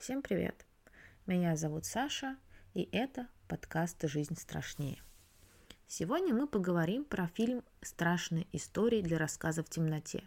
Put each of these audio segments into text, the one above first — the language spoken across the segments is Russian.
Всем привет! Меня зовут Саша, и это подкаст «Жизнь страшнее». Сегодня мы поговорим про фильм «Страшные истории для рассказа в темноте».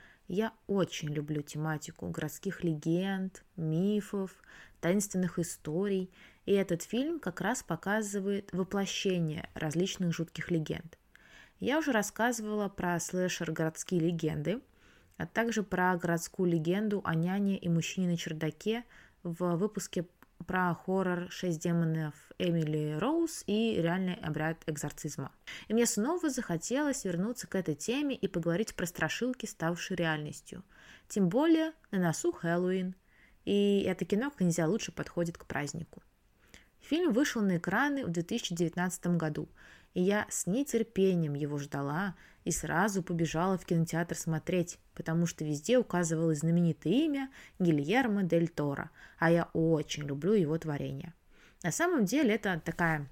Я очень люблю тематику городских легенд, мифов, таинственных историй, и этот фильм как раз показывает воплощение различных жутких легенд. Я уже рассказывала про слэшер «Городские легенды», а также про городскую легенду о няне и мужчине на чердаке в выпуске про хоррор «6 демонов» Эмили Роуз и реальный обряд экзорцизма. И мне снова захотелось вернуться к этой теме и поговорить про страшилки, ставшие реальностью. Тем более на носу Хэллоуин, и это кино как нельзя лучше подходит к празднику. Фильм вышел на экраны в 2019 году, и я с нетерпением его ждала и сразу побежала в кинотеатр смотреть, потому что везде указывалось знаменитое имя Гильермо дель Торо, а я очень люблю его творение. На самом деле это такая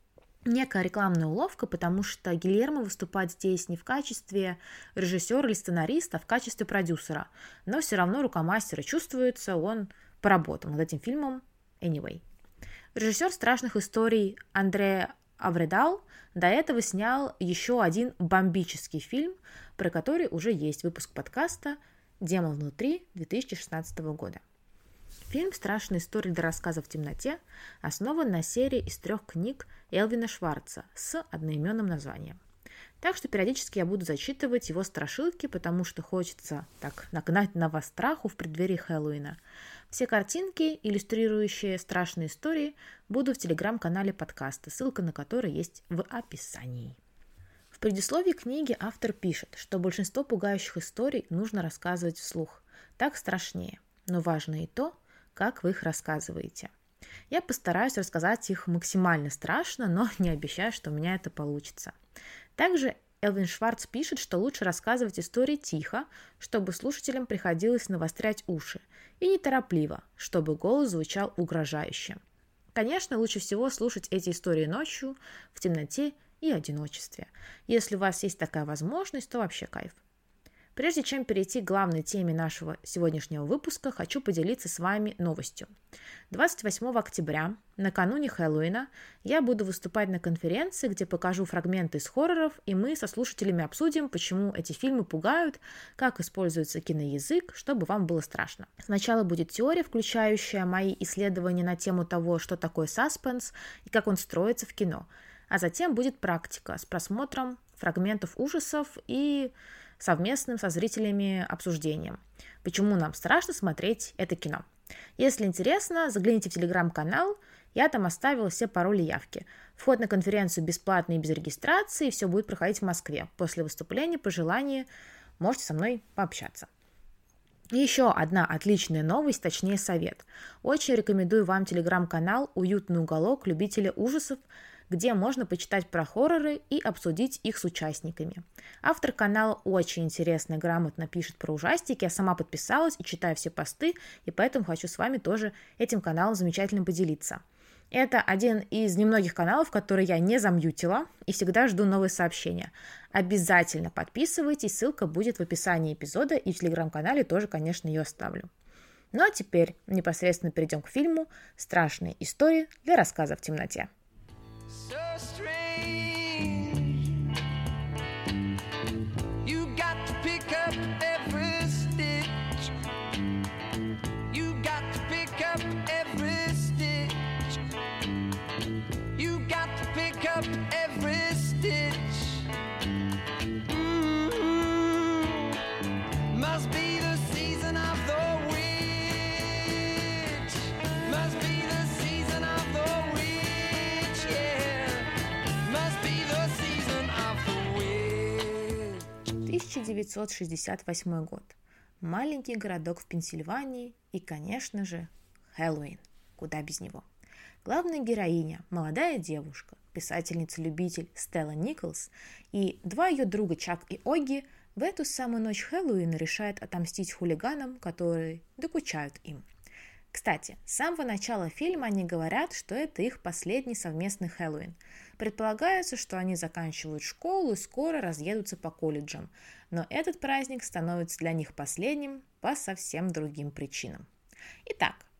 некая рекламная уловка, потому что Гильермо выступает здесь не в качестве режиссера или сценариста, а в качестве продюсера, но все равно рука мастера чувствуется, он поработал над этим фильмом anyway. Режиссер страшных историй Андре Авредал до этого снял еще один бомбический фильм, про который уже есть выпуск подкаста «Демон внутри» 2016 года. Фильм «Страшные истории для рассказа в темноте» основан на серии из 3 книг Элвина Шварца с одноименным названием. Так что периодически я буду зачитывать его страшилки, потому что хочется так нагнать на вас страху в преддверии Хэллоуина. Все картинки, иллюстрирующие страшные истории, будут в телеграм-канале подкаста, ссылка на который есть в описании. В предисловии книги автор пишет, что большинство пугающих историй нужно рассказывать вслух. Так страшнее. Но важно и то, как вы их рассказываете. Я постараюсь рассказать их максимально страшно, но не обещаю, что у меня это получится. Также Элвин Шварц пишет, что лучше рассказывать истории тихо, чтобы слушателям приходилось навострять уши, и неторопливо, чтобы голос звучал угрожающе. Конечно, лучше всего слушать эти истории ночью, в темноте и одиночестве. Если у вас есть такая возможность, то вообще кайф. Прежде чем перейти к главной теме нашего сегодняшнего выпуска, хочу поделиться с вами новостью. 28 октября, накануне Хэллоуина, я буду выступать на конференции, где покажу фрагменты из хорроров, и мы со слушателями обсудим, почему эти фильмы пугают, как используется киноязык, чтобы вам было страшно. Сначала будет теория, включающая мои исследования на тему того, что такое саспенс и как он строится в кино. А затем будет практика с просмотром фрагментов ужасов и совместным со зрителями обсуждением, почему нам страшно смотреть это кино. Если интересно, загляните в телеграм-канал, я там оставила все пароли и явки. Вход на конференцию бесплатный и без регистрации, все будет проходить в Москве. После выступления, по желанию, можете со мной пообщаться. И еще одна отличная новость, точнее совет. Очень рекомендую вам телеграм-канал «Уютный уголок любителя ужасов», где можно почитать про хорроры и обсудить их с участниками. Автор канала очень интересно и грамотно пишет про ужастики, я сама подписалась и читаю все посты, и поэтому хочу с вами тоже этим каналом замечательно поделиться. Это один из немногих каналов, которые я не замьютила и всегда жду новые сообщения. Обязательно подписывайтесь, ссылка будет в описании эпизода, и в телеграм-канале тоже, конечно, ее оставлю. Ну а теперь непосредственно перейдем к фильму «Страшные истории для рассказа в темноте». So strange. You got to pick up every stitch. You got to pick up every stitch. You got to pick up every stitch. Must be the season of the witch. Must be the season of the witch, yeah. 1968 год. Маленький городок в Пенсильвании и, конечно же, Хэллоуин. Куда без него. Главная героиня, молодая девушка, писательница-любитель Стелла Николс и 2 ее друга Чак и Огги в эту самую ночь Хэллоуина решают отомстить хулиганам, которые докучают им. Кстати, с самого начала фильма они говорят, что это их последний совместный Хэллоуин. Предполагается, что они заканчивают школу и скоро разъедутся по колледжам, но этот праздник становится для них последним по совсем другим причинам. Итак,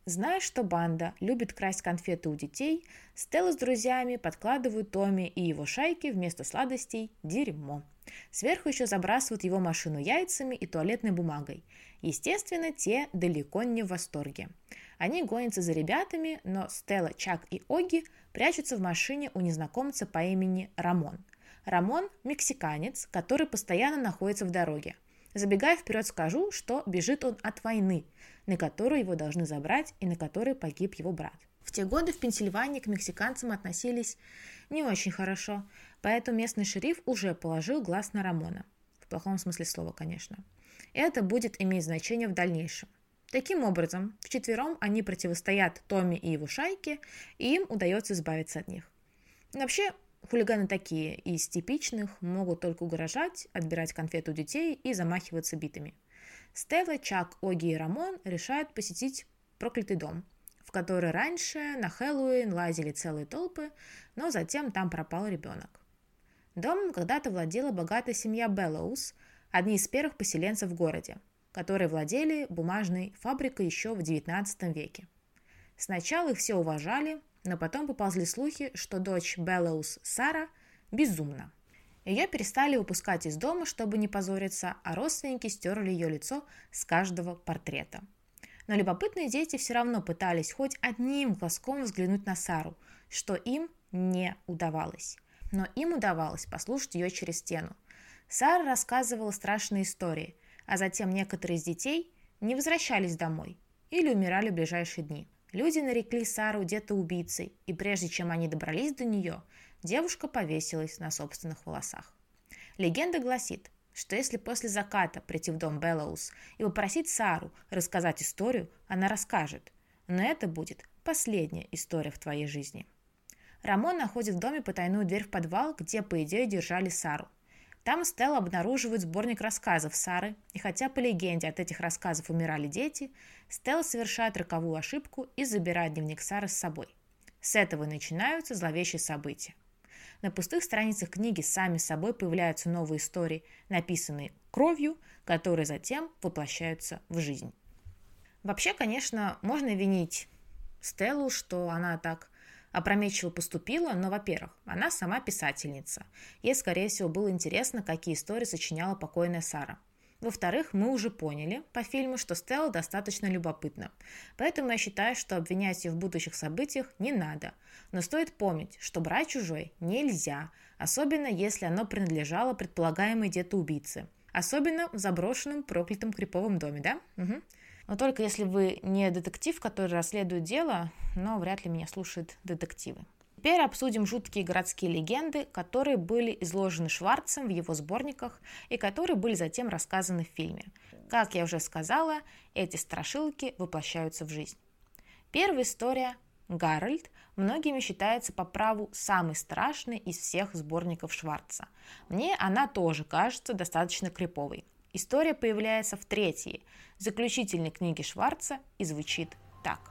Зная, что банда любит красть конфеты у детей, Стелла с друзьями подкладывают Томми и его шайке вместо сладостей дерьмо. Сверху еще забрасывают его машину яйцами и туалетной бумагой. Естественно, те далеко не в восторге. Они гонятся за ребятами, но Стелла, Чак и Оги прячутся в машине у незнакомца по имени Рамон. Рамон – мексиканец, который постоянно находится в дороге. Забегая вперед, скажу, что бежит он от войны, на которую его должны забрать и на которой погиб его брат. В те годы в Пенсильвании к мексиканцам относились не очень хорошо, поэтому местный шериф уже положил глаз на Рамона. В плохом смысле слова, конечно. Это будет иметь значение в дальнейшем. Таким образом, вчетвером они противостоят Томми и его шайке, и им удается избавиться от них. Вообще, хулиганы такие, из типичных могут только угрожать, отбирать конфеты у детей и замахиваться битами. Стелла, Чак, Оги и Рамон решают посетить проклятый дом, в который раньше на Хэллоуин лазили целые толпы, но затем там пропал ребенок. Домом когда-то владела богатая семья Беллоус, одни из первых поселенцев в городе, которые владели бумажной фабрикой еще в XIX веке. Сначала их все уважали, но потом поползли слухи, что дочь Беллоус Сара безумна. Ее перестали выпускать из дома, чтобы не позориться, а родственники стерли ее лицо с каждого портрета. Но любопытные дети все равно пытались хоть одним глазком взглянуть на Сару, что им не удавалось. Но им удавалось послушать ее через стену. Сара рассказывала страшные истории, а затем некоторые из детей не возвращались домой или умирали в ближайшие дни. Люди нарекли Сару детоубийцей, и прежде чем они добрались до нее, девушка повесилась на собственных волосах. Легенда гласит, что если после заката прийти в дом Беллоус и попросить Сару рассказать историю, она расскажет, но это будет последняя история в твоей жизни. Рамон находит в доме потайную дверь в подвал, где, по идее, держали Сару. Там Стелла обнаруживает сборник рассказов Сары, и хотя по легенде от этих рассказов умирали дети, Стелла совершает роковую ошибку и забирает дневник Сары с собой. С этого начинаются зловещие события. На пустых страницах книги сами собой появляются новые истории, написанные кровью, которые затем воплощаются в жизнь. Вообще, конечно, можно винить Стеллу, что она так опрометчиво поступила, но, во-первых, она сама писательница. Ей, скорее всего, было интересно, какие истории сочиняла покойная Сара. Во-вторых, мы уже поняли по фильму, что Стелла достаточно любопытна. Поэтому я считаю, что обвинять ее в будущих событиях не надо. Но стоит помнить, что брать чужое нельзя, особенно если оно принадлежало предполагаемой детоубийце. Особенно в заброшенном проклятом криповом доме, да? Угу. Но только если вы не детектив, который расследует дело, но вряд ли меня слушают детективы. Теперь обсудим жуткие городские легенды, которые были изложены Шварцем в его сборниках и которые были затем рассказаны в фильме. Как я уже сказала, эти страшилки воплощаются в жизнь. Первая история «Гарольд» многими считается по праву самой страшной из всех сборников Шварца. Мне она тоже кажется достаточно криповой. История появляется в третьей, заключительной книге Шварца и звучит так.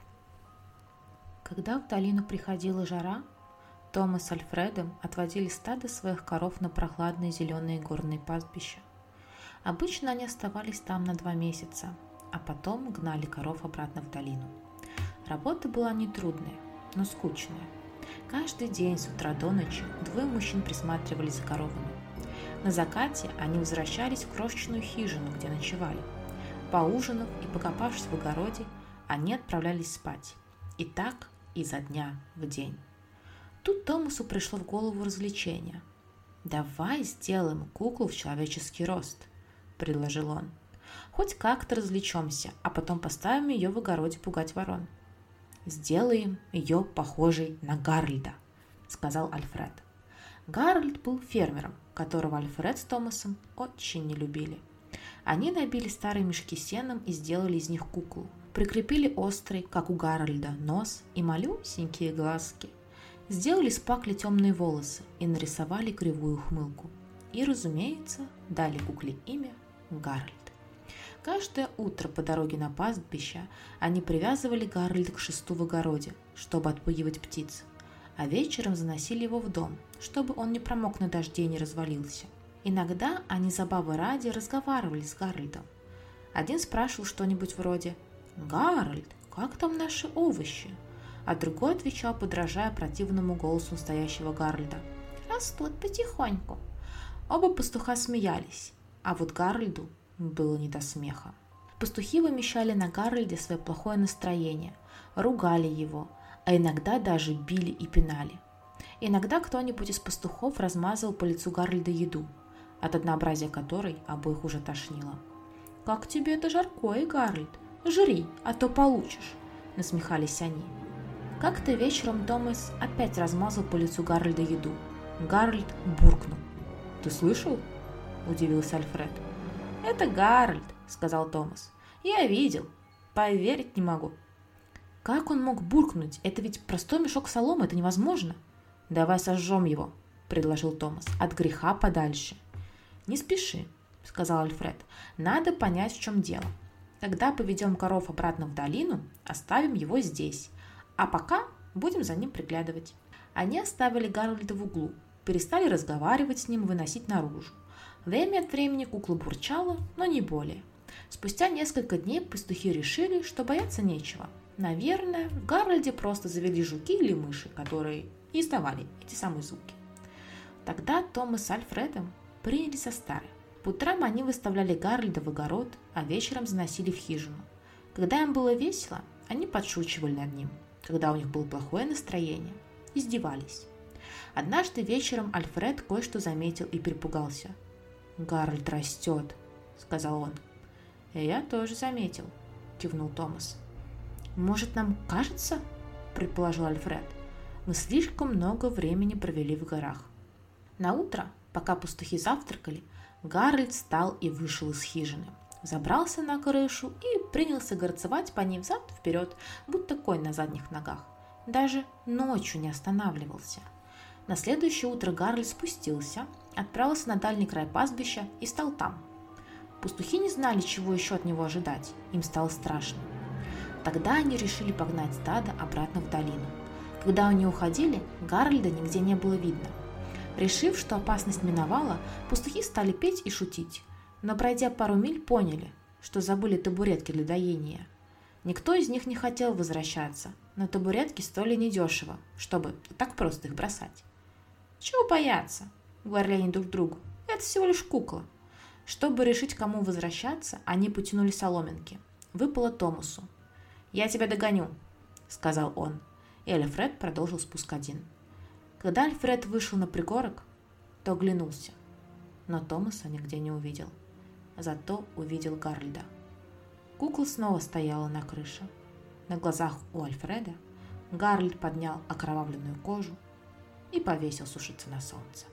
Когда в долину приходила жара, Тома с Альфредом отводили стадо своих коров на прохладные зеленые горные пастбища. Обычно они оставались там на 2 месяца, а потом гнали коров обратно в долину. Работа была нетрудная, но скучная. Каждый день с утра до ночи 2 мужчин присматривали за коровами. На закате они возвращались в крошечную хижину, где ночевали. Поужинав и покопавшись в огороде, они отправлялись спать. И так изо дня в день. Тут Томасу пришло в голову развлечение. «Давай сделаем куклу в человеческий рост», – предложил он. «Хоть как-то развлечемся, а потом поставим ее в огороде пугать ворон». «Сделаем ее похожей на Гарольда», – сказал Альфред. Гарольд был фермером, которого Альфред с Томасом очень не любили. Они набили старые мешки сеном и сделали из них куклу. Прикрепили острый, как у Гарольда, нос и малюсенькие глазки. Сделали с пакли темные волосы и нарисовали кривую ухмылку. И, разумеется, дали кукле имя Гарольд. Каждое утро по дороге на пастбище они привязывали Гарольда к шесту в огороде, чтобы отпугивать птиц, а вечером заносили его в дом, чтобы он не промок на дожде и не развалился. Иногда они забавы ради разговаривали с Гарольдом. Один спрашивал что-нибудь вроде: «Гарольд, как там наши овощи?» А другой отвечал, подражая противному голосу настоящего Гарольда: «Растут потихоньку». Оба пастуха смеялись, а вот Гарольду было не до смеха. Пастухи вымещали на Гарольде свое плохое настроение, ругали его, а иногда даже били и пинали. Иногда кто-нибудь из пастухов размазывал по лицу Гарольда еду, от однообразия которой обоих уже тошнило. «Как тебе это жаркое, Гарольд? Жри, а то получишь», — насмехались они. Как-то вечером Томас опять размазал по лицу Гарольда еду. Гарольд буркнул. «Ты слышал?» – удивился Альфред. «Это Гарольд», – сказал Томас. «Я видел. Поверить не могу». «Как он мог буркнуть? Это ведь простой мешок соломы, это невозможно». «Давай сожжем его», – предложил Томас. «От греха подальше». «Не спеши», – сказал Альфред. «Надо понять, в чем дело. Когда поведем коров обратно в долину, оставим его здесь. А пока будем за ним приглядывать». Они оставили Гарольда в углу, перестали разговаривать с ним и выносить наружу. Время от времени кукла бурчала, но не более. Спустя несколько дней пастухи решили, что бояться нечего. Наверное, в Гарольде просто завели жуки или мыши, которые издавали эти самые звуки. Тогда Томас с Альфредом принялись за старое. По утрам они выставляли Гарольда в огород, а вечером заносили в хижину. Когда им было весело, они подшучивали над ним. Когда у них было плохое настроение, издевались. Однажды вечером Альфред кое-что заметил и перепугался. «Гарольд растет», — сказал он. «Я тоже заметил», — кивнул Томас. «Может, нам кажется?» — предположил Альфред. «Мы слишком много времени провели в горах». Наутро, пока пастухи завтракали, Гарольд встал и вышел из хижины. Забрался на крышу и принялся горцевать по ней взад-вперед, будто конь на задних ногах. Даже ночью не останавливался. На следующее утро Гарольд спустился, отправился на дальний край пастбища и стал там. Пастухи не знали, чего еще от него ожидать, им стало страшно. Тогда они решили погнать стадо обратно в долину. Когда они уходили, Гарольда нигде не было видно. Решив, что опасность миновала, пастухи стали петь и шутить. Но, пройдя пару миль, поняли, что забыли табуретки для доения. Никто из них не хотел возвращаться, но табуретки стоили недешево, чтобы так просто их бросать. «Чего бояться?» — говорили они друг другу. «Это всего лишь кукла». Чтобы решить, кому возвращаться, они потянули соломинки. Выпало Томасу. «Я тебя догоню», — сказал он, и Альфред продолжил спуск один. Когда Альфред вышел на пригорок, то оглянулся, но Томаса нигде не увидел. Зато увидел Гарольда. Кукла снова стояла на крыше. На глазах у Альфреда Гарольд поднял окровавленную кожу и повесил сушиться на солнце.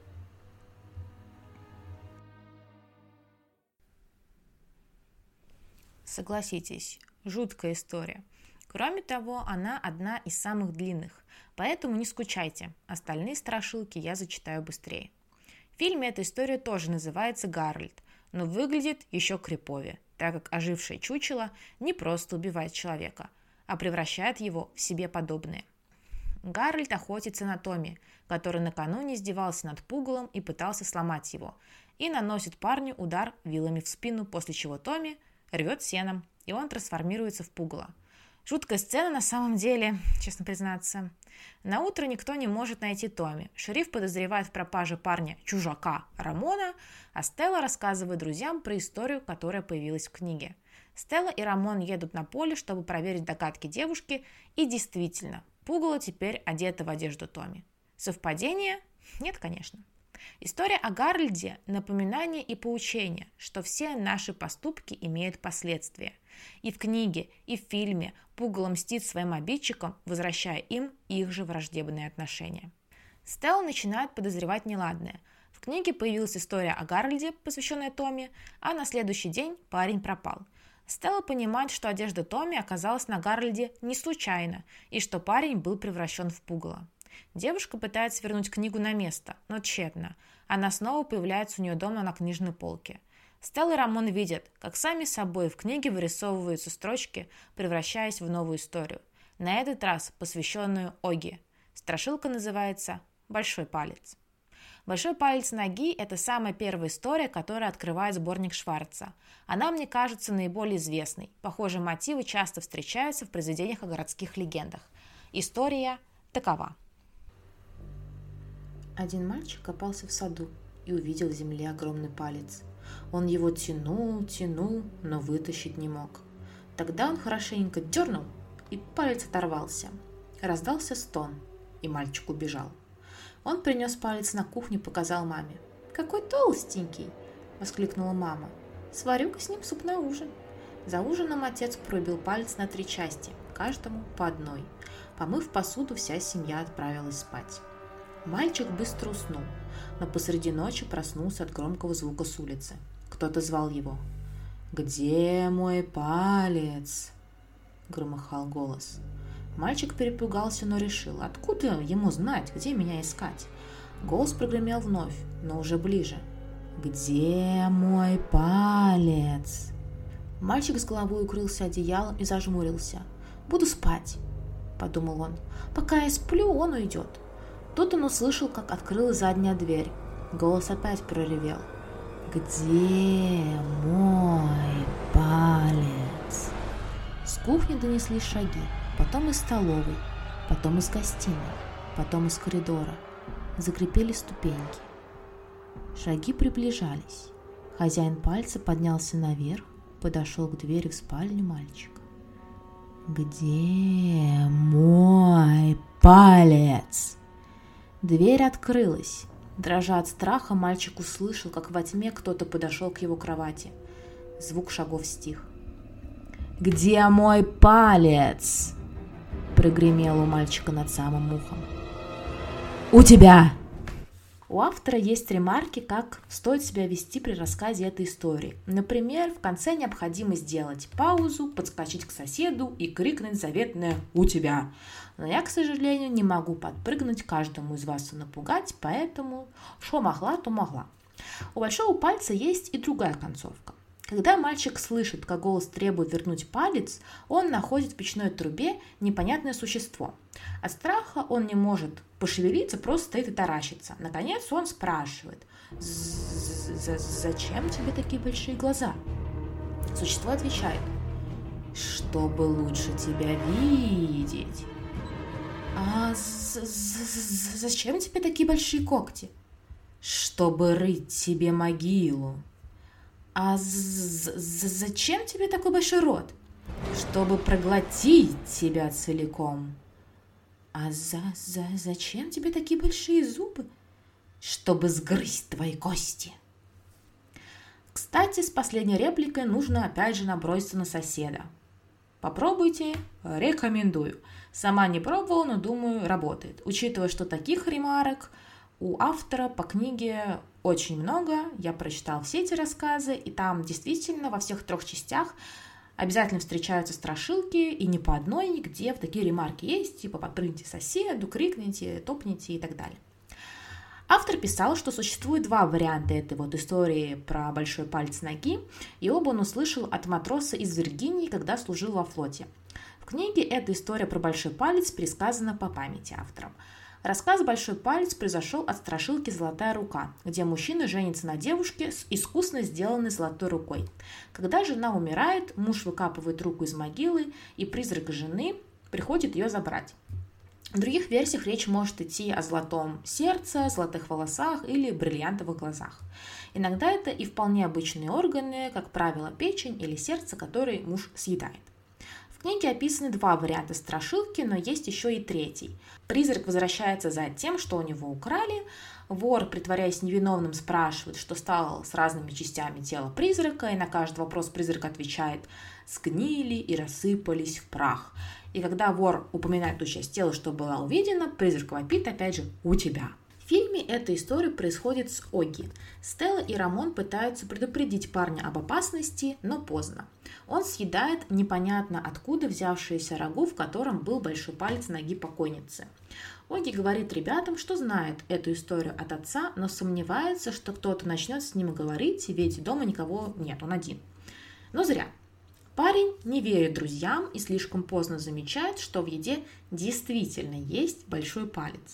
Согласитесь, жуткая история. Кроме того, она одна из самых длинных, поэтому не скучайте, остальные страшилки я зачитаю быстрее. В фильме эта история тоже называется «Гарольд», но выглядит еще криповее, так как ожившее чучело не просто убивает человека, а превращает его в себе подобное. Гарольд охотится на Томми, который накануне издевался над пугалом и пытался сломать его, и наносит парню удар вилами в спину, после чего Томми рвет сеном, и он трансформируется в пугало. Жуткая сцена на самом деле, честно признаться. Наутро никто не может найти Томми. Шериф подозревает в пропаже парня-чужака Рамона, а Стелла рассказывает друзьям про историю, которая появилась в книге. Стелла и Рамон едут на поле, чтобы проверить догадки девушки, и действительно, пугало теперь одето в одежду Томми. Совпадение? Нет, конечно. История о Гарольде – напоминание и поучение, что все наши поступки имеют последствия. И в книге, и в фильме пугало мстит своим обидчикам, возвращая им их же враждебные отношения. Стелла начинает подозревать неладное. В книге появилась история о Гарольде, посвященная Томми, а на следующий день парень пропал. Стелла понимает, что одежда Томми оказалась на Гарольде не случайно, и что парень был превращен в пугало. Девушка пытается вернуть книгу на место, но тщетно. Она снова появляется у нее дома на книжной полке. Стелла и Рамон видят, как сами собой в книге вырисовываются строчки, превращаясь в новую историю. На этот раз посвященную Оги. Страшилка называется «Большой палец». «Большой палец ноги» – это самая первая история, которая открывает сборник Шварца. Она, мне кажется, наиболее известной. Похожие мотивы часто встречаются в произведениях о городских легендах. История такова. Один мальчик копался в саду и увидел в земле огромный палец. Он его тянул, но вытащить не мог. Тогда он хорошенько дернул, и палец оторвался. Раздался стон, и мальчик убежал. Он принес палец на кухню и показал маме. «Какой толстенький!» – воскликнула мама. «Сварю-ка с ним суп на ужин». За ужином отец порубил палец на 3 части, каждому по одной. Помыв посуду, вся семья отправилась спать. Мальчик быстро уснул, но посреди ночи проснулся от громкого звука с улицы. Кто-то звал его. «Где мой палец?» – громыхал голос. Мальчик перепугался, но решил, откуда ему знать, где меня искать. Голос прогремел вновь, но уже ближе. «Где мой палец?» Мальчик с головой укрылся одеялом и зажмурился. «Буду спать», – подумал он. «Пока я сплю, он уйдет». Тут он услышал, как открылась задняя дверь. Голос опять проревел. «Где мой палец?» С кухни донеслись шаги. Потом из столовой, потом из гостиной, потом из коридора. Закрепели ступеньки. Шаги приближались. Хозяин пальца поднялся наверх, подошел к двери в спальню мальчика. «Где мой палец?» Дверь открылась. Дрожа от страха, мальчик услышал, как во тьме кто-то подошел к его кровати. Звук шагов стих. «Где мой палец?» Прогремело у мальчика над самым ухом. «У тебя!» У автора есть ремарки, как стоит себя вести при рассказе этой истории. Например, в конце необходимо сделать паузу, подскочить к соседу и крикнуть заветное «У тебя!». Но я, к сожалению, не могу подпрыгнуть каждому из вас и напугать, поэтому шо могла, то могла. У большого пальца есть и другая концовка. Когда мальчик слышит, как голос требует вернуть палец, он находит в печной трубе непонятное существо. От страха он не может пошевелиться, просто стоит и таращится. Наконец он спрашивает: «Зачем тебе такие большие глаза?» Существо отвечает: «Чтобы лучше тебя видеть». «А зачем тебе такие большие когти?» «Чтобы рыть тебе могилу». «А зачем тебе такой большой рот?» «Чтобы проглотить тебя целиком». «А зачем тебе такие большие зубы?» «Чтобы сгрызть твои кости». Кстати, с последней репликой нужно опять же наброситься на соседа. Попробуйте, рекомендую. Сама не пробовала, но думаю, работает. Учитывая, что таких ремарок у автора по книге очень много, я прочитала все эти рассказы, и там действительно во всех 3 частях обязательно встречаются страшилки, и не по одной, нигде в такие ремарки есть, типа подпрыгните соседу, крикните, топните и так далее. Автор писал, что существует 2 варианта этой вот истории про большой палец ноги, и оба он услышал от матроса из Виргинии, когда служил во флоте. В книге эта история про большой палец пересказана по памяти автором. Рассказ «Большой палец» произошел от страшилки «Золотая рука», где мужчина женится на девушке с искусно сделанной золотой рукой. Когда жена умирает, муж выкапывает руку из могилы, и призрак жены приходит ее забрать. В других версиях речь может идти о золотом сердце, золотых волосах или бриллиантовых глазах. Иногда это и вполне обычные органы, как правило, печень или сердце, которые муж съедает. В книге описаны 2 варианта страшилки, но есть еще и 3. Призрак возвращается за тем, что у него украли. Вор, притворяясь невиновным, спрашивает, что стало с разными частями тела призрака, и на каждый вопрос призрак отвечает: «Сгнили и рассыпались в прах». И когда вор упоминает ту часть тела, что была увидена, призрак вопит опять же «У тебя». В фильме эта история происходит с Огги. Стелла и Рамон пытаются предупредить парня об опасности, но поздно. Он съедает непонятно откуда взявшееся рагу, в котором был большой палец ноги покойницы. Огги говорит ребятам, что знает эту историю от отца, но сомневается, что кто-то начнет с ним говорить, ведь дома никого нет, он один. Но зря. Парень не верит друзьям и слишком поздно замечает, что в еде действительно есть большой палец.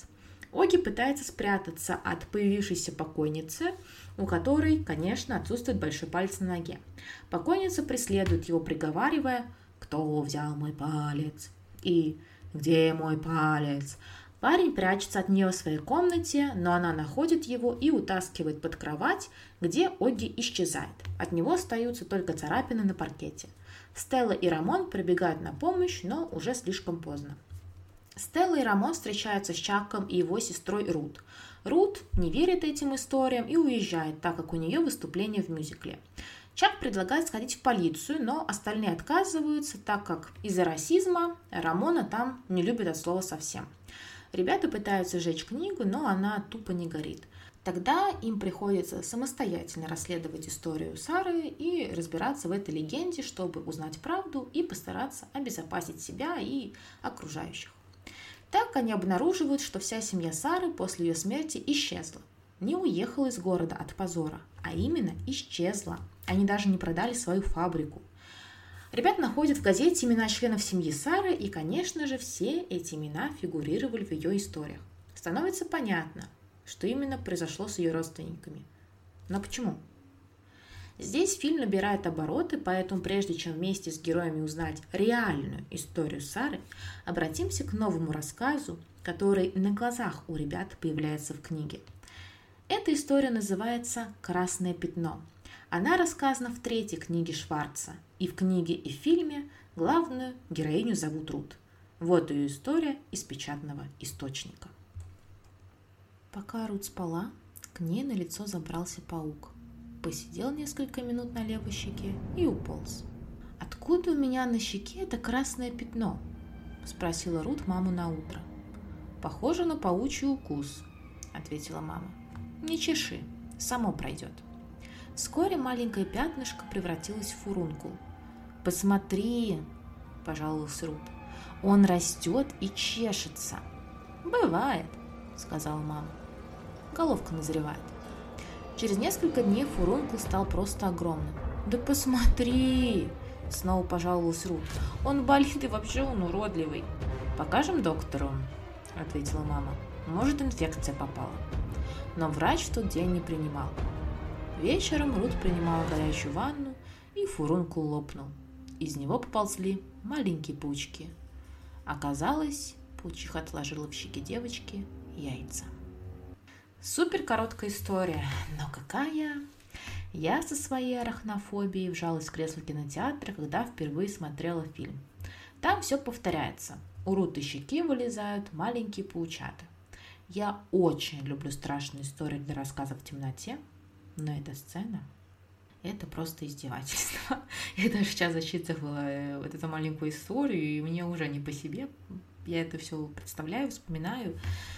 Оги пытается спрятаться от появившейся покойницы, у которой, конечно, отсутствует большой палец на ноге. Покойница преследует его, приговаривая: «Кто взял мой палец?» и «Где мой палец?». Парень прячется от нее в своей комнате, но она находит его и утаскивает под кровать, где Оги исчезает. От него остаются только царапины на паркете. Стелла и Рамон прибегают на помощь, но уже слишком поздно. Стелла и Рамон встречаются с Чаком и его сестрой Рут. Рут не верит этим историям и уезжает, так как у нее выступление в мюзикле. Чак предлагает сходить в полицию, но остальные отказываются, так как из-за расизма Рамона там не любят от слова совсем. Ребята пытаются сжечь книгу, но она тупо не горит. Тогда им приходится самостоятельно расследовать историю Сары и разбираться в этой легенде, чтобы узнать правду и постараться обезопасить себя и окружающих. Так они обнаруживают, что вся семья Сары после ее смерти исчезла. Не уехала из города от позора, а именно исчезла. Они даже не продали свою фабрику. Ребят находят в газете имена членов семьи Сары, и, конечно же, все эти имена фигурировали в ее историях. Становится понятно, что именно произошло с ее родственниками. Но почему? Здесь фильм набирает обороты, поэтому прежде чем вместе с героями узнать реальную историю Сары, обратимся к новому рассказу, который на глазах у ребят появляется в книге. Эта история называется «Красное пятно». Она рассказана в 3-й книге Шварца, и в книге и в фильме главную героиню зовут Рут. Вот ее история из печатного источника. Пока Рут спала, к ней на лицо забрался паук. Посидел несколько минут на левой щеке и уполз. «Откуда у меня на щеке это красное пятно?» – спросила Рут маму на утро. «Похоже на паучий укус», – ответила мама. «Не чеши, само пройдет». Вскоре маленькое пятнышко превратилось в фурункул. «Посмотри», – пожаловалась Рут, – «он растет и чешется». «Бывает», – сказала мама. «Головка назревает». Через несколько дней фурункул стал просто огромным. «Да посмотри!» – снова пожаловалась Рут. «Он болит и вообще он уродливый». «Покажем доктору», – ответила мама. «Может, инфекция попала». Но врач в тот день не принимал. Вечером Рут принимала горячую ванну, и фурункул лопнул. Из него поползли маленькие паучки. Оказалось, паучиха отложила в щеке девочки яйца. Супер короткая история, но какая! Я со своей арахнофобией вжалась в кресло кинотеатра, когда впервые смотрела фильм. Там все повторяется. У Рут из щеки вылезают маленькие паучата. Я очень люблю страшные истории для рассказа в темноте, но эта сцена – это просто издевательство. Я даже сейчас зачитывала вот эту маленькую историю, и мне уже не по себе. Я это все представляю, вспоминаю.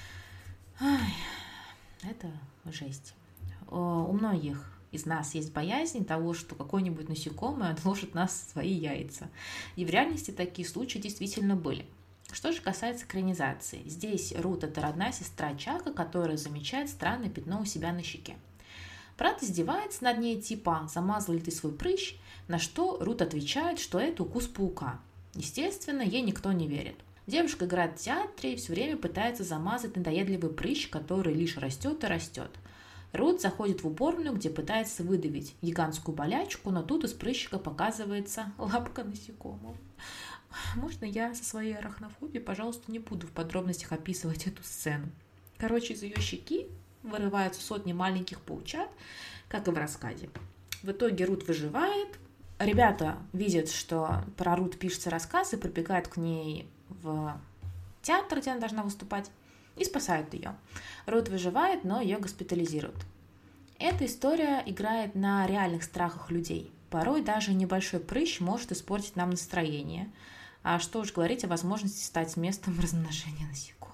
Ай, это жесть. У многих из нас есть боязнь того, что какое-нибудь насекомое отложит нас в свои яйца. И в реальности такие случаи действительно были. Что же касается экранизации. Здесь Рут – это родная сестра Чака, которая замечает странное пятно у себя на щеке. Брат издевается над ней типа «замазал ли ты свой прыщ?», на что Рут отвечает, что это укус паука. Естественно, ей никто не верит. Девушка играет в театре и все время пытается замазать надоедливый прыщ, который лишь растет и растет. Рут заходит в уборную, где пытается выдавить гигантскую болячку, но тут из прыщика показывается лапка насекомого. Можно я со своей арахнофобией, пожалуйста, не буду в подробностях описывать эту сцену. Короче, из ее щеки вырываются сотни маленьких паучат, как и в рассказе. В итоге Рут выживает. Ребята видят, что про Рут пишется рассказ, и прибегают к ней в театр, где она должна выступать, и спасают ее. Рут выживает, но ее госпитализируют. Эта история играет на реальных страхах людей. Порой даже небольшой прыщ может испортить нам настроение. А что уж говорить о возможности стать местом размножения насекомых.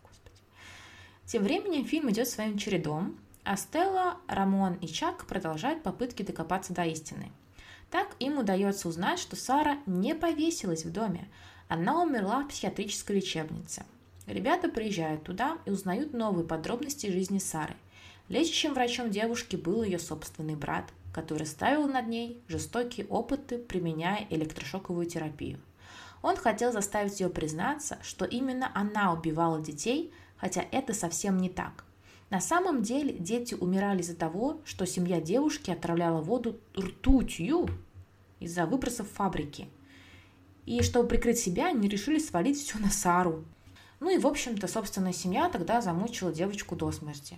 Тем временем фильм идет своим чередом, а Стелла, Рамон и Чак продолжают попытки докопаться до истины. Так им удается узнать, что Сара не повесилась в доме, она умерла в психиатрической лечебнице. Ребята приезжают туда и узнают новые подробности жизни Сары. Лечащим врачом девушки был ее собственный брат, который ставил над ней жестокие опыты, применяя электрошоковую терапию. Он хотел заставить ее признаться, что именно она убивала детей, хотя это совсем не так. На самом деле дети умирали из-за того, что семья девушки отравляла воду ртутью из-за выбросов фабрики. И чтобы прикрыть себя, они решили свалить все на Сару. Ну и, в общем-то, собственная семья тогда замучила девочку до смерти.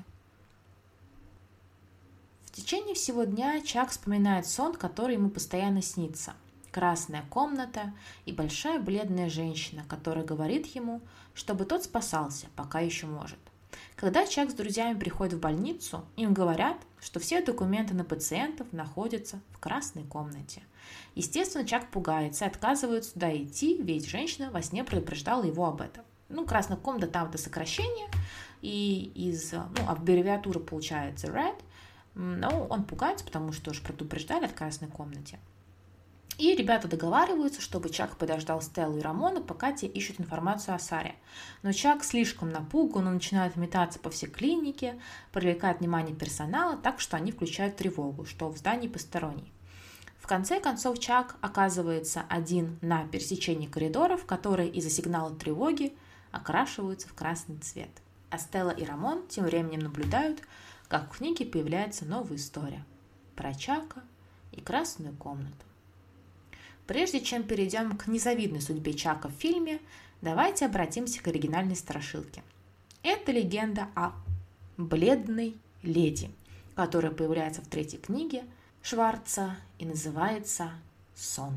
В течение всего дня Чак вспоминает сон, который ему постоянно снится. Красная комната и большая бледная женщина, которая говорит ему, чтобы тот спасался, пока еще может. Когда Чак с друзьями приходит в больницу, им говорят, что все документы на пациентов находятся в красной комнате. Естественно, Чак пугается и отказывается туда идти, ведь женщина во сне предупреждала его об этом. Красная комната там это сокращение, и из аббревиатуры получается RED, но он пугается, потому что уж предупреждали о красной комнате. И ребята договариваются, чтобы Чак подождал Стеллу и Рамона, пока те ищут информацию о Саре. Но Чак слишком напуган, он начинает метаться по всей клинике, привлекает внимание персонала, так что они включают тревогу, что в здании посторонний. В конце концов Чак оказывается один на пересечении коридоров, которые из-за сигнала тревоги окрашиваются в красный цвет. А Стелла и Рамон тем временем наблюдают, как в книге появляется новая история про Чака и красную комнату. Прежде чем перейдем к незавидной судьбе Чака в фильме, давайте обратимся к оригинальной страшилке. Это легенда о бледной леди, которая появляется в 3-й книге Шварца и называется «Сон».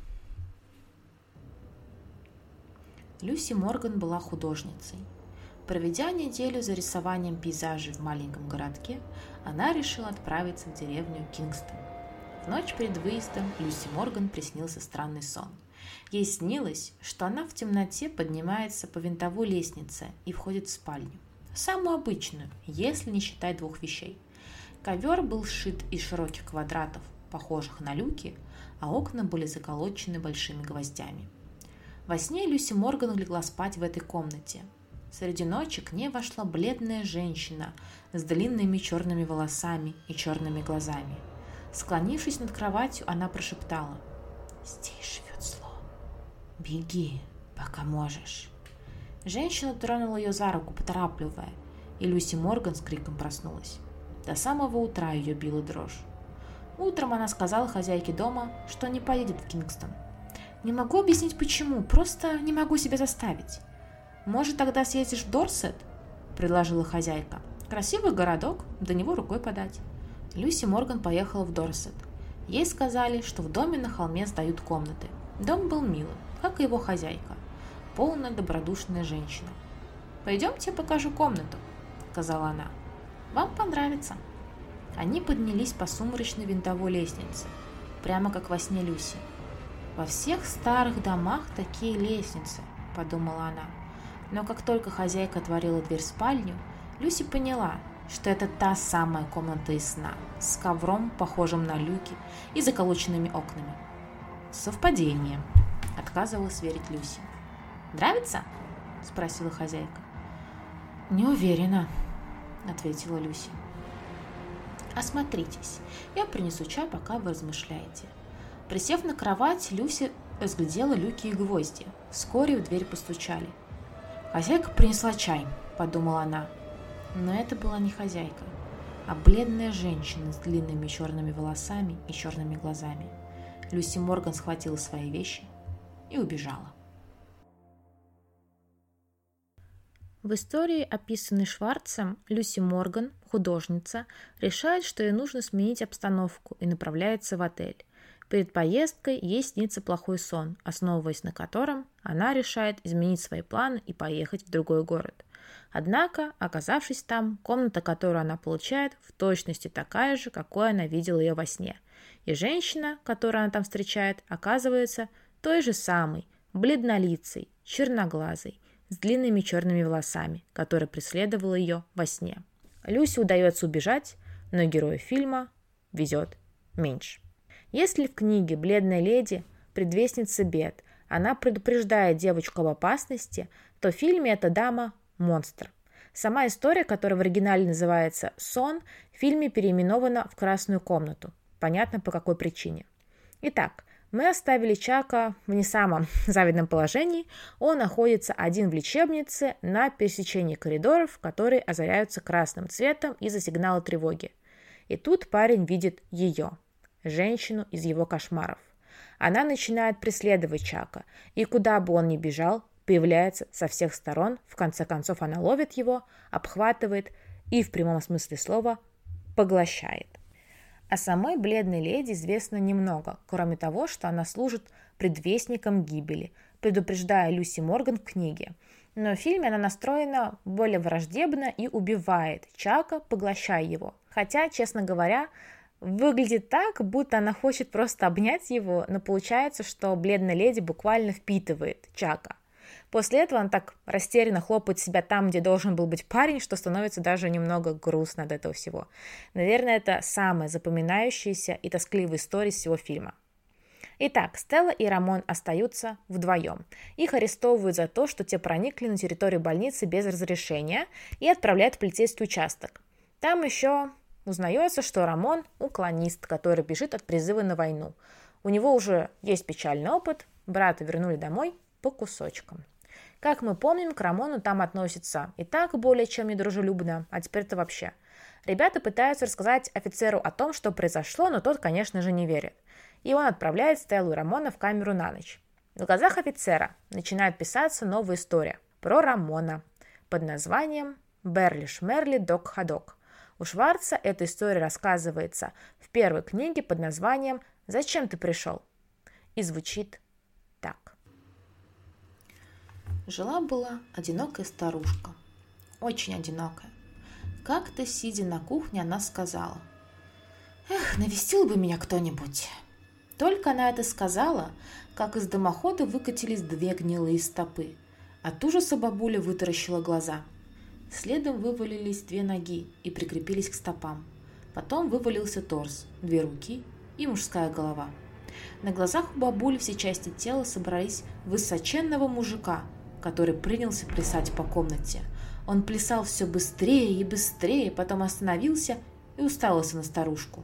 Люси Морган была художницей. Проведя неделю за рисованием пейзажей в маленьком городке, она решила отправиться в деревню Кингстон. В ночь перед выездом Люси Морган приснился странный сон. Ей снилось, что она в темноте поднимается по винтовой лестнице и входит в спальню. Самую обычную, если не считать 2 вещей. Ковер был сшит из широких квадратов, похожих на люки, а окна были заколочены большими гвоздями. Во сне Люси Морган легла спать в этой комнате. Среди ночи к ней вошла бледная женщина с длинными черными волосами и черными глазами. Склонившись над кроватью, она прошептала: «Здесь живет зло. Беги, пока можешь». Женщина тронула ее за руку, поторапливая, и Люси Морган с криком проснулась. До самого утра ее била дрожь. Утром она сказала хозяйке дома, что не поедет в Кингстон. «Не могу объяснить почему, просто не могу себя заставить». «Может, тогда съездишь в Дорсет?» – предложила хозяйка. «Красивый городок, до него рукой подать». Люси Морган поехала в Дорсет. Ей сказали, что в доме на холме сдают комнаты. Дом был милым, как и его хозяйка, полная добродушная женщина. «Пойдемте, покажу комнату», – сказала она. «Вам понравится». Они поднялись по сумрачной винтовой лестнице, прямо как во сне Люси. «Во всех старых домах такие лестницы», – подумала она. Но как только хозяйка отворила дверь в спальню, Люси поняла, что это та самая комната из сна, с ковром, похожим на люки, и заколоченными окнами. «Совпадение», – отказывалась верить Люси. «Нравится?» – спросила хозяйка. «Не уверена», – ответила Люси. «Осмотритесь, я принесу чай, пока вы размышляете». Присев на кровать, Люси разглядела люки и гвозди. Вскоре в дверь постучали. «Хозяйка принесла чай», – подумала она. Но это была не хозяйка, а бледная женщина с длинными черными волосами и черными глазами. Люси Морган схватила свои вещи и убежала. В истории, описанной Шварцем, Люси Морган, художница, решает, что ей нужно сменить обстановку и направляется в отель. Перед поездкой ей снится плохой сон, основываясь на котором она решает изменить свои планы и поехать в другой город. Однако, оказавшись там, комната, которую она получает, в точности такая же, какой она видела ее во сне. И женщина, которую она там встречает, оказывается той же самой, бледнолицей, черноглазой, с длинными черными волосами, которая преследовала ее во сне. Люси удается убежать, но герою фильма везет меньше. Если в книге «Бледная леди» предвестница бед, она предупреждает девочку об опасности, то в фильме эта дама – монстр. Сама история, которая в оригинале называется «Сон», в фильме переименована в «Красную комнату». Понятно, по какой причине. Итак, Мы оставили Чака в не самом завидном положении. Он находится один в лечебнице на пересечении коридоров, которые озаряются красным цветом из-за сигнала тревоги. И тут парень видит ее, женщину из его кошмаров. Она начинает преследовать Чака, и куда бы он ни бежал, появляется со всех сторон. В конце концов она ловит его, обхватывает и в прямом смысле слова поглощает. О самой бледной леди известно немного, кроме того, что она служит предвестником гибели, предупреждая Люси Морган в книге. Но в фильме она настроена более враждебно и убивает Чака, поглощая его. Хотя, честно говоря, выглядит так, будто она хочет просто обнять его, но получается, что бледная леди буквально впитывает Чака. После этого он так растерянно хлопает себя там, где должен был быть парень, что становится даже немного грустно от этого всего. Наверное, это самая запоминающаяся и тоскливая история всего фильма. Итак, Стелла и Рамон остаются вдвоем. Их арестовывают за то, что те проникли на территорию больницы без разрешения и отправляют в полицейский участок. Там еще узнается, что Рамон – уклонист, который бежит от призыва на войну. У него уже есть печальный опыт, брата вернули домой по кусочкам. Как мы помним, к Рамону там относятся и так более чем недружелюбно, а теперь-то вообще. Ребята пытаются рассказать офицеру о том, что произошло, но тот, конечно же, не верит. И он отправляет Стеллу и Рамона в камеру на ночь. В глазах офицера начинает писаться новая история про Рамона под названием «Берли Шмерли Док Ходок». У Шварца эта история рассказывается в первой книге под названием «Зачем ты пришел?» и звучит так. Жила-была одинокая старушка, очень одинокая. Как-то, сидя на кухне, она сказала: «Эх, навестил бы меня кто-нибудь». Только она это сказала, как из дымохода выкатились две гнилые стопы. От ужаса бабуля вытаращила глаза. Следом вывалились две ноги и прикрепились к стопам. Потом вывалился торс, две руки и мужская голова. На глазах у бабули все части тела собрались в высоченного мужика, который принялся плясать по комнате. Он плясал все быстрее и быстрее, потом остановился и уставился на старушку.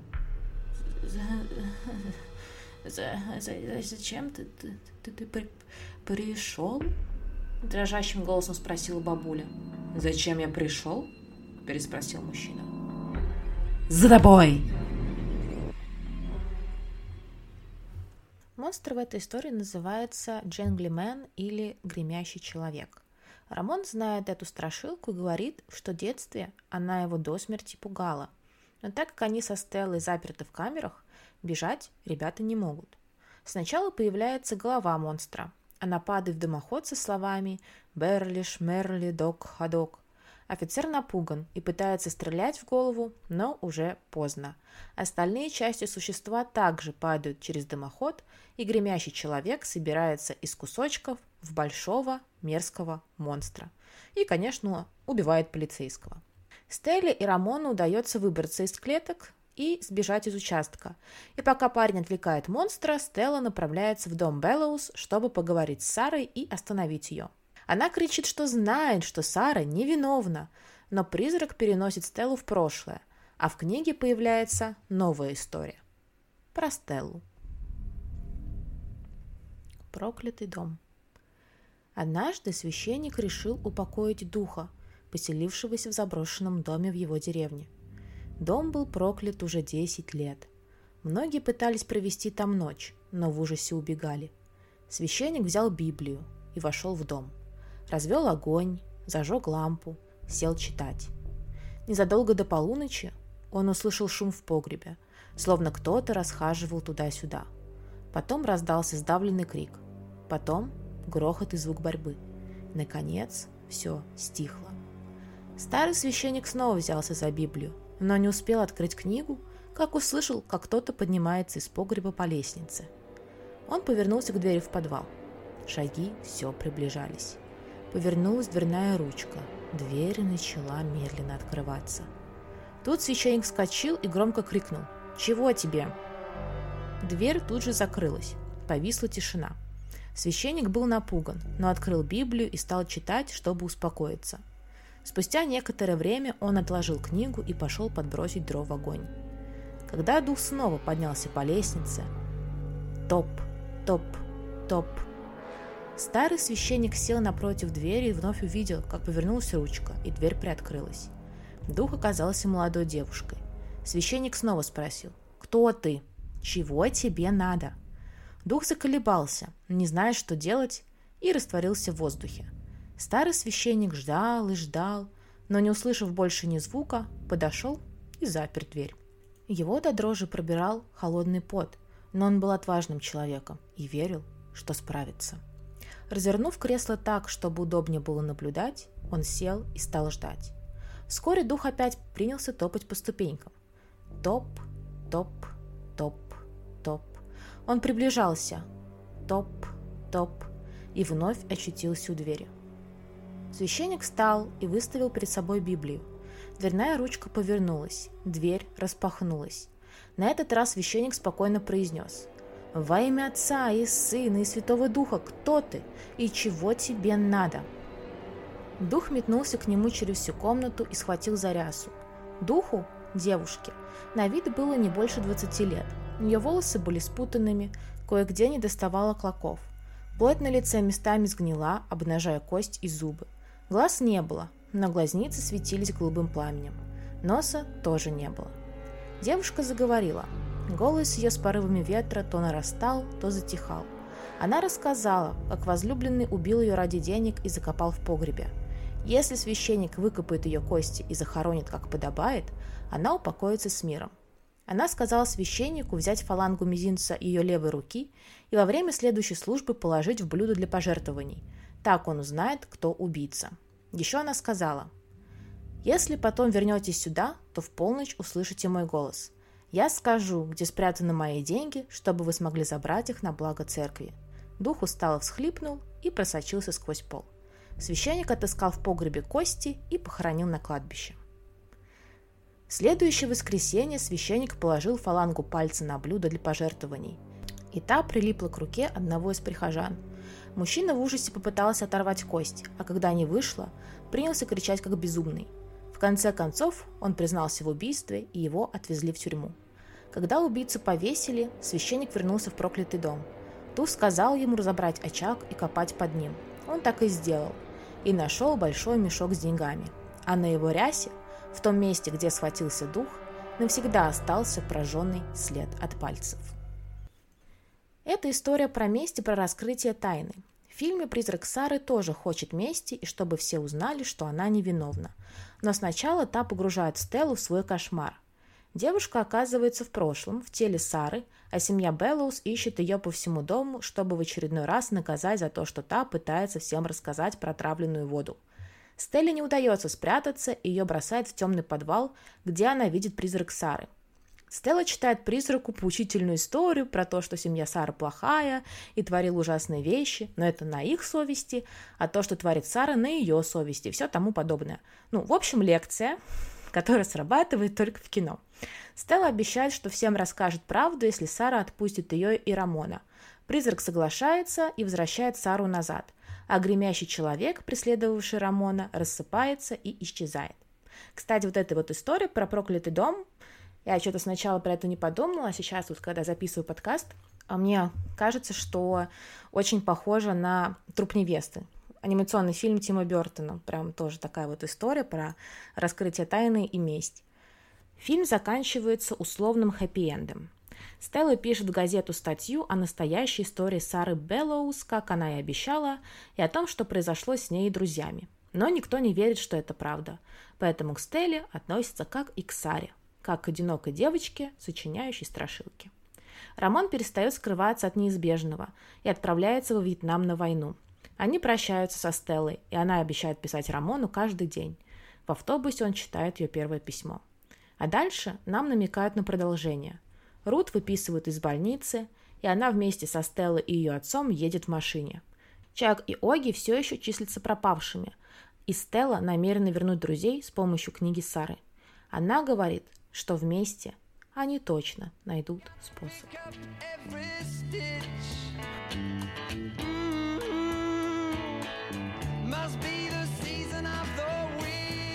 «Зачем ты пришел?» – дрожащим голосом спросила бабуля. «Зачем я пришел?» – переспросил мужчина. «За тобой!» Монстр в этой истории называется Дженглимен или Гремящий человек. Рамон знает эту страшилку и говорит, что в детстве она его до смерти пугала. Но так как они со Стеллой заперты в камерах, бежать ребята не могут. Сначала появляется голова монстра. Она падает в дымоход со словами «Берли Шмерли Док Ходок». Офицер напуган и пытается стрелять в голову, но уже поздно. Остальные части существа также падают через дымоход, и гремящий человек собирается из кусочков в большого мерзкого монстра. И, конечно, убивает полицейского. Стелле и Рамону удается выбраться из клеток и сбежать из участка. И пока парень отвлекает монстра, Стелла направляется в дом Беллоус, чтобы поговорить с Сарой и остановить ее. Она кричит, что знает, что Сара невиновна, но призрак переносит Стеллу в прошлое, а в книге появляется новая история про Стеллу. Проклятый дом. Однажды священник решил упокоить духа, поселившегося в заброшенном доме в его деревне. Дом был проклят уже 10 лет. Многие пытались провести там ночь, но в ужасе убегали. Священник взял Библию и вошел в дом. Развел огонь, зажег лампу, сел читать. Незадолго до полуночи он услышал шум в погребе, словно кто-то расхаживал туда-сюда. Потом раздался сдавленный крик. Потом грохот и звук борьбы. Наконец, все стихло. Старый священник снова взялся за Библию, но не успел открыть книгу, как услышал, как кто-то поднимается из погреба по лестнице. Он повернулся к двери в подвал. Шаги все приближались. Повернулась дверная ручка. Дверь начала медленно открываться. Тут священник вскочил и громко крикнул: «Чего тебе?» Дверь тут же закрылась. Повисла тишина. Священник был напуган, но открыл Библию и стал читать, чтобы успокоиться. Спустя некоторое время он отложил книгу и пошел подбросить дров в огонь. Когда дух снова поднялся по лестнице, топ, топ, топ. Старый священник сел напротив двери и вновь увидел, как повернулась ручка, и дверь приоткрылась. Дух оказался молодой девушкой. Священник снова спросил: «Кто ты? Чего тебе надо?» Дух заколебался, не зная, что делать, и растворился в воздухе. Старый священник ждал и ждал, но, не услышав больше ни звука, подошел и запер дверь. Его до дрожи пробирал холодный пот, но он был отважным человеком и верил, что справится. Развернув кресло так, чтобы удобнее было наблюдать, он сел и стал ждать. Вскоре дух опять принялся топать по ступенькам. Топ, топ, топ, топ. Он приближался. Топ, топ. И вновь очутился у двери. Священник встал и выставил перед собой Библию. Дверная ручка повернулась, дверь распахнулась. На этот раз священник спокойно произнес: «Во имя Отца и Сына и Святого Духа, кто ты и чего тебе надо?» Дух метнулся к нему через всю комнату и схватил за рясу. Духу, девушке, на вид было не больше 20 лет. Ее волосы были спутанными, кое-где не доставало клоков. Плоть на лице местами сгнила, обнажая кость и зубы. Глаз не было, но глазницы светились голубым пламенем. Носа тоже не было. Девушка заговорила. Голос ее с порывами ветра то нарастал, то затихал. Она рассказала, как возлюбленный убил ее ради денег и закопал в погребе. Если священник выкопает ее кости и захоронит, как подобает, она упокоится с миром. Она сказала священнику взять фалангу мизинца ее левой руки и во время следующей службы положить в блюдо для пожертвований. Так он узнает, кто убийца. Еще она сказала: «Если потом вернетесь сюда, то в полночь услышите мой голос. Я скажу, где спрятаны мои деньги, чтобы вы смогли забрать их на благо церкви». Дух устало всхлипнул и просочился сквозь пол. Священник отыскал в погребе кости и похоронил на кладбище. В следующее воскресенье священник положил фалангу пальца на блюдо для пожертвований, и та прилипла к руке одного из прихожан. Мужчина в ужасе попытался оторвать кость, а когда не вышло, принялся кричать как безумный. В конце концов он признался в убийстве, и его отвезли в тюрьму. Когда убийцу повесили, священник вернулся в проклятый дом. Дух сказал ему разобрать очаг и копать под ним. Он так и сделал, и нашел большой мешок с деньгами. А на его рясе, в том месте, где схватился дух, навсегда остался прожженный след от пальцев. Это история про месть и про раскрытие тайны. В фильме «Призрак Сары» тоже хочет мести, и чтобы все узнали, что она невиновна. Но сначала та погружает Стеллу в свой кошмар. Девушка оказывается в прошлом, в теле Сары, а семья Беллоус ищет ее по всему дому, чтобы в очередной раз наказать за то, что та пытается всем рассказать про отравленную воду. Стелле не удается спрятаться, и ее бросают в темный подвал, где она видит призрак Сары. Стелла читает призраку поучительную историю про то, что семья Сары плохая и творила ужасные вещи, но это на их совести, а то, что творит Сара, на ее совести и все тому подобное. В общем, лекция, которая срабатывает только в кино. Стелла обещает, что всем расскажет правду, если Сара отпустит ее и Рамона. Призрак соглашается и возвращает Сару назад, а гремящий человек, преследовавший Рамона, рассыпается и исчезает. Кстати, вот эта вот история про проклятый дом, я что-то сначала про это не подумала, а сейчас, когда записываю подкаст, мне кажется, что очень похоже на «Труп невесты». Анимационный фильм Тима Бёртона. Прям тоже такая вот история про раскрытие тайны и месть. Фильм заканчивается условным хэппи-эндом. Стелла пишет в газету статью о настоящей истории Сары Беллоус, как она и обещала, и о том, что произошло с ней и друзьями. Но никто не верит, что это правда. Поэтому к Стелле относятся как и к Саре, как к одинокой девочке, сочиняющей страшилки. Рамон перестает скрываться от неизбежного и отправляется во Вьетнам на войну. Они прощаются со Стеллой, и она обещает писать Рамону каждый день. В автобусе он читает ее первое письмо. А дальше нам намекают на продолжение. Рут выписывают из больницы, и она вместе со Стеллой и ее отцом едет в машине. Чак и Оги все еще числятся пропавшими, и Стелла намерена вернуть друзей с помощью книги Сары. Она говорит, что вместе они точно найдут способ.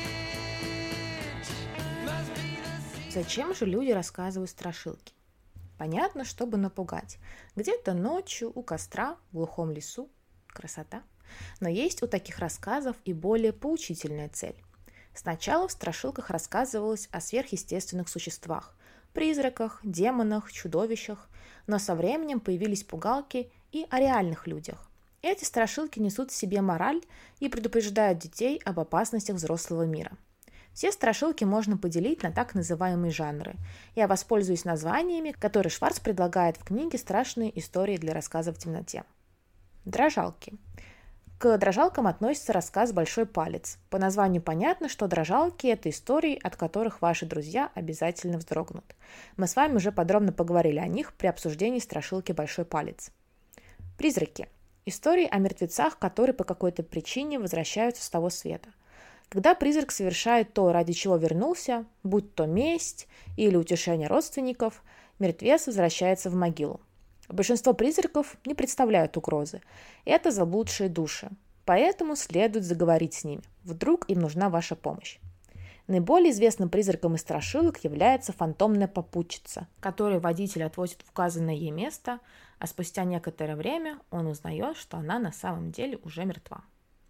Зачем же люди рассказывают страшилки? Понятно, чтобы напугать. Где-то ночью, у костра, в глухом лесу. Красота. Но есть у таких рассказов и более поучительная цель. Сначала в страшилках рассказывалось о сверхъестественных существах, призраках, демонах, чудовищах, но со временем появились пугалки и о реальных людях. Эти страшилки несут в себе мораль и предупреждают детей об опасностях взрослого мира. Все страшилки можно поделить на так называемые жанры. Я воспользуюсь названиями, которые Шварц предлагает в книге «Страшные истории для рассказа в темноте». Дрожалки. К дрожалкам относится рассказ «Большой палец». По названию понятно, что дрожалки – это истории, от которых ваши друзья обязательно вздрогнут. Мы с вами уже подробно поговорили о них при обсуждении страшилки «Большой палец». Призраки. Истории о мертвецах, которые по какой-то причине возвращаются с того света. Когда призрак совершает то, ради чего вернулся, будь то месть или утешение родственников, мертвец возвращается в могилу. Большинство призраков не представляют угрозы. Это заблудшие души. Поэтому следует заговорить с ними. Вдруг им нужна ваша помощь. Наиболее известным призраком из страшилок является фантомная попутчица, которую водитель отвозит в указанное ей место, а спустя некоторое время он узнает, что она на самом деле уже мертва.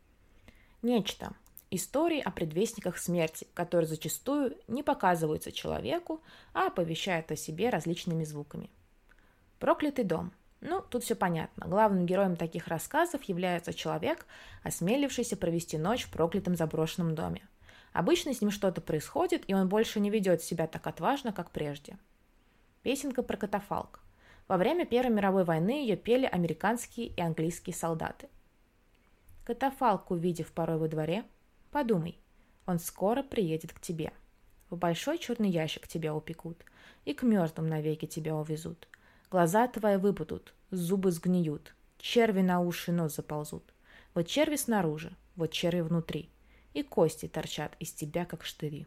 Нечто. Истории о предвестниках смерти, которые зачастую не показываются человеку, а оповещают о себе различными звуками. Проклятый дом. Тут все понятно. Главным героем таких рассказов является человек, осмелившийся провести ночь в проклятом заброшенном доме. Обычно с ним что-то происходит, и он больше не ведет себя так отважно, как прежде. Песенка про катафалк. Во время Первой мировой войны ее пели американские и английские солдаты. Катафалк, увидев порой во дворе, подумай, он скоро приедет к тебе. В большой черный ящик тебя упекут, и к мертвым навеки тебя увезут. Глаза твои выпадут, зубы сгниют, черви на уши и нос заползут. Вот черви снаружи, вот черви внутри, и кости торчат из тебя, как штыри.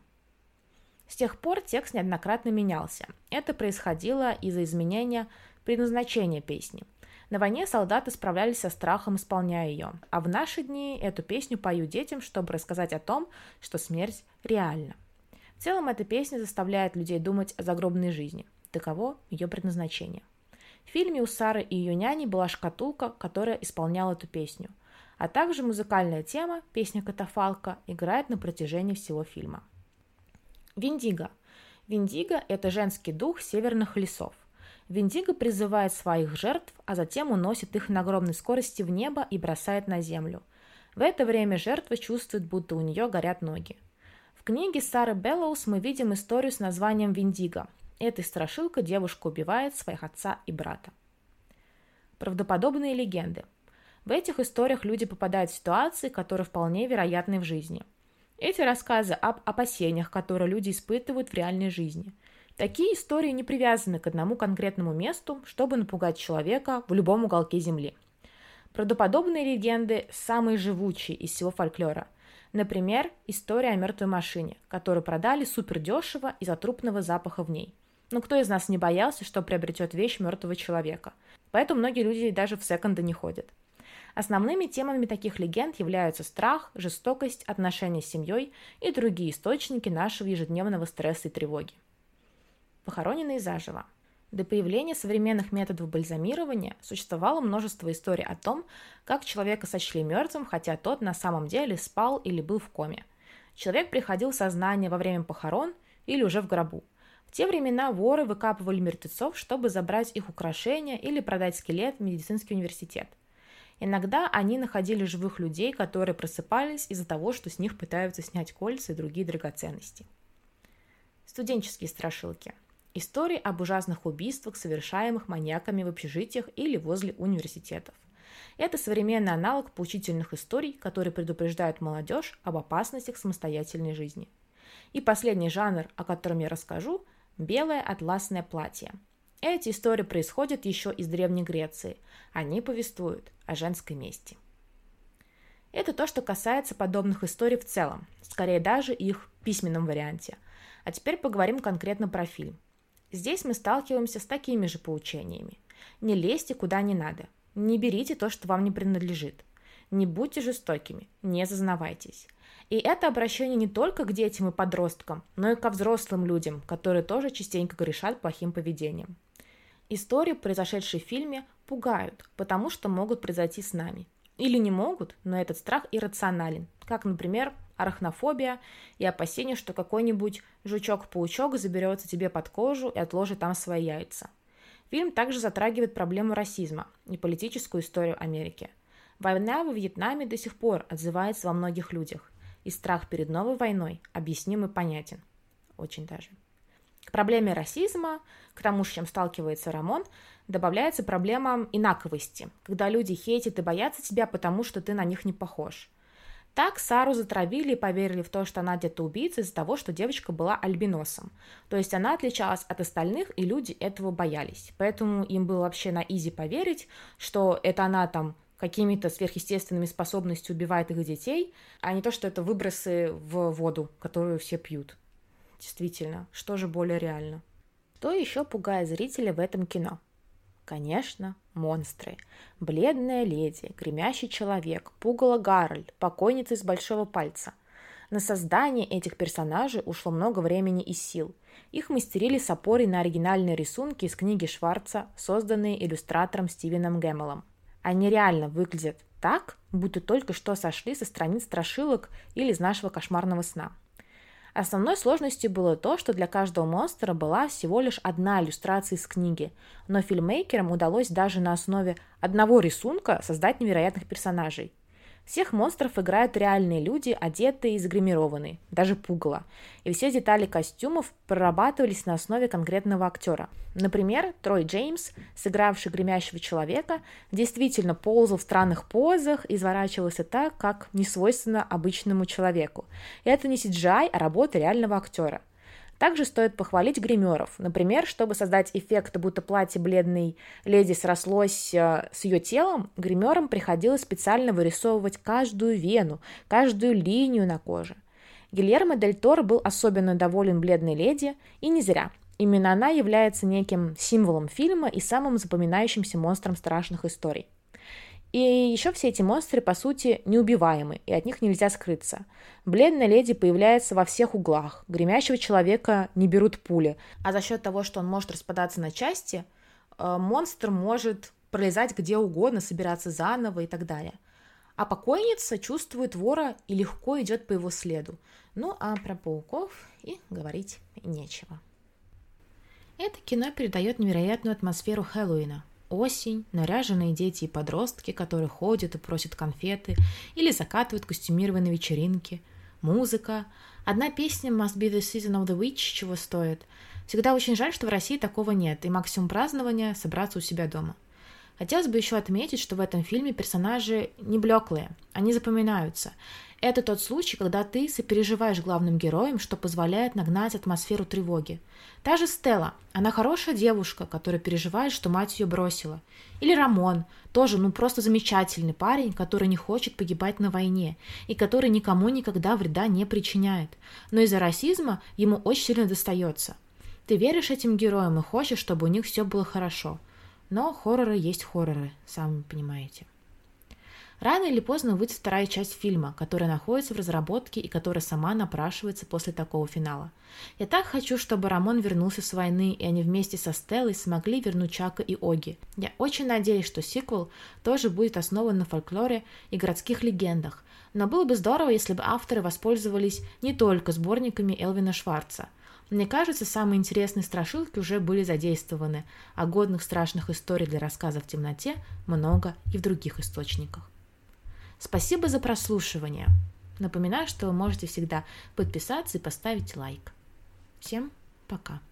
С тех пор текст неоднократно менялся. Это происходило из-за изменения предназначения песни. На войне солдаты справлялись со страхом, исполняя ее, а в наши дни эту песню поют детям, чтобы рассказать о том, что смерть реальна. В целом эта песня заставляет людей думать о загробной жизни. Таково ее предназначение. В фильме у Сары и ее няни была шкатулка, которая исполняла эту песню, а также музыкальная тема, песня катафалка, играет на протяжении всего фильма. Виндиго. Виндиго – это женский дух северных лесов. Виндиго призывает своих жертв, а затем уносит их на огромной скорости в небо и бросает на землю. В это время жертва чувствует, будто у нее горят ноги. В книге Сары Беллоус мы видим историю с названием «Виндиго». Этой страшилкой девушка убивает своих отца и брата. Правдоподобные легенды. В этих историях люди попадают в ситуации, которые вполне вероятны в жизни. Эти рассказы об опасениях, которые люди испытывают в реальной жизни. Такие истории не привязаны к одному конкретному месту, чтобы напугать человека в любом уголке земли. Правдоподобные легенды самые живучие из всего фольклора. Например, история о мертвой машине, которую продали супердешево из-за трупного запаха в ней. Кто из нас не боялся, что приобретет вещь мертвого человека? Поэтому многие люди даже в секонды не ходят. Основными темами таких легенд являются страх, жестокость, отношения с семьей и другие источники нашего ежедневного стресса и тревоги. Похороненные заживо. До появления современных методов бальзамирования существовало множество историй о том, как человека сочли мертвым, хотя тот на самом деле спал или был в коме. Человек приходил в сознание во время похорон или уже в гробу. В те времена воры выкапывали мертвецов, чтобы забрать их украшения или продать скелет в медицинский университет. Иногда они находили живых людей, которые просыпались из-за того, что с них пытаются снять кольца и другие драгоценности. Студенческие страшилки. Истории об ужасных убийствах, совершаемых маньяками в общежитиях или возле университетов. Это современный аналог поучительных историй, которые предупреждают молодежь об опасностях самостоятельной жизни. И последний жанр, о котором я расскажу – белое атласное платье. Эти истории происходят еще из Древней Греции. Они повествуют о женской мести. Это то, что касается подобных историй в целом, скорее даже их в письменном варианте. А теперь поговорим конкретно про фильм. Здесь мы сталкиваемся с такими же поучениями. Не лезьте куда не надо, не берите то, что вам не принадлежит, не будьте жестокими, не зазнавайтесь. И это обращение не только к детям и подросткам, но и ко взрослым людям, которые тоже частенько грешат плохим поведением. Истории, произошедшие в фильме, пугают, потому что могут произойти с нами. Или не могут, но этот страх иррационален, как, например, арахнофобия и опасение, что какой-нибудь жучок-паучок заберется тебе под кожу и отложит там свои яйца. Фильм также затрагивает проблему расизма и политическую историю Америки. Война во Вьетнаме до сих пор отзывается во многих людях, и страх перед новой войной объясним и понятен. Очень даже. К проблеме расизма, к тому, с чем сталкивается Рамон, добавляется проблема инаковости, когда люди хейтят и боятся тебя, потому что ты на них не похож. Так Сару затравили и поверили в то, что она где-то убийца из-за того, что девочка была альбиносом. То есть она отличалась от остальных, и люди этого боялись. Поэтому им было вообще на изи поверить, что это она там какими-то сверхъестественными способностями убивает их детей, а не то, что это выбросы в воду, которую все пьют. Действительно, что же более реально? Что еще пугает зрителя в этом кино? Конечно, монстры. Бледная леди, гремящий человек, пугало Гарольд, покойница из большого пальца. На создание этих персонажей ушло много времени и сил. Их мастерили с опорой на оригинальные рисунки из книги Шварца, созданные иллюстратором Стивеном Гэммелом. Они реально выглядят так, будто только что сошли со страниц страшилок или из нашего кошмарного сна. Основной сложностью было то, что для каждого монстра была всего лишь одна иллюстрация из книги, но фильммейкерам удалось даже на основе одного рисунка создать невероятных персонажей. Всех монстров играют реальные люди, одетые и загримированные, даже пугало. И все детали костюмов прорабатывались на основе конкретного актера. Например, Трой Джеймс, сыгравший гремящего человека, действительно ползал в странных позах и изворачивался так, как не свойственно обычному человеку. И это не CGI, а работа реального актера. Также стоит похвалить гримеров. Например, чтобы создать эффект, будто платье бледной леди срослось с ее телом, гримерам приходилось специально вырисовывать каждую вену, каждую линию на коже. Гильермо Дель Торо был особенно доволен бледной леди, и не зря. Именно она является неким символом фильма и самым запоминающимся монстром страшных историй. И еще все эти монстры, по сути, неубиваемы, и от них нельзя скрыться. Бледная леди появляется во всех углах, гремящего человека не берут пули, а за счет того, что он может распадаться на части, монстр может пролезать где угодно, собираться заново и так далее. А покойница чувствует вора и легко идет по его следу. Ну а про пауков и говорить нечего. Это кино передает невероятную атмосферу Хэллоуина. Осень, наряженные дети и подростки, которые ходят и просят конфеты или закатывают костюмированные вечеринки. Музыка. Одна песня «Must be the season of the witch» чего стоит. Всегда очень жаль, что в России такого нет, и максимум празднования – собраться у себя дома. Хотелось бы еще отметить, что в этом фильме персонажи не блеклые, они запоминаются. Это тот случай, когда ты сопереживаешь главным героям, что позволяет нагнать атмосферу тревоги. Та же Стелла, она хорошая девушка, которая переживает, что мать ее бросила. Или Рамон, тоже просто замечательный парень, который не хочет погибать на войне и который никому никогда вреда не причиняет. Но из-за расизма ему очень сильно достается. Ты веришь этим героям и хочешь, чтобы у них все было хорошо. Но хорроры есть хорроры, сами понимаете. Рано или поздно выйдет вторая часть фильма, которая находится в разработке и которая сама напрашивается после такого финала. Я так хочу, чтобы Рамон вернулся с войны, и они вместе со Стеллой смогли вернуть Чака и Оги. Я очень надеюсь, что сиквел тоже будет основан на фольклоре и городских легендах, но было бы здорово, если бы авторы воспользовались не только сборниками Элвина Шварца. Мне кажется, самые интересные страшилки уже были задействованы, а годных страшных историй для рассказа в темноте много и в других источниках. Спасибо за прослушивание. Напоминаю, что вы можете всегда подписаться и поставить лайк. Всем пока.